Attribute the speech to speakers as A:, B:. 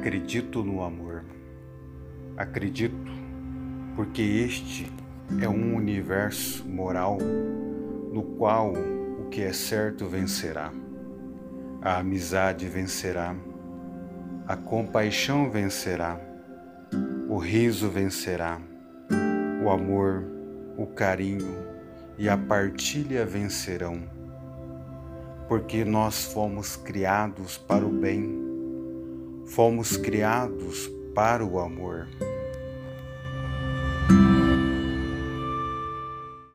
A: Acredito no amor. Acredito porque este é um universo moral no qual o que é certo vencerá. A amizade vencerá, a compaixão vencerá, o riso vencerá, o amor, o carinho e a partilha vencerão. Porque nós fomos criados para o bem, fomos criados para o amor.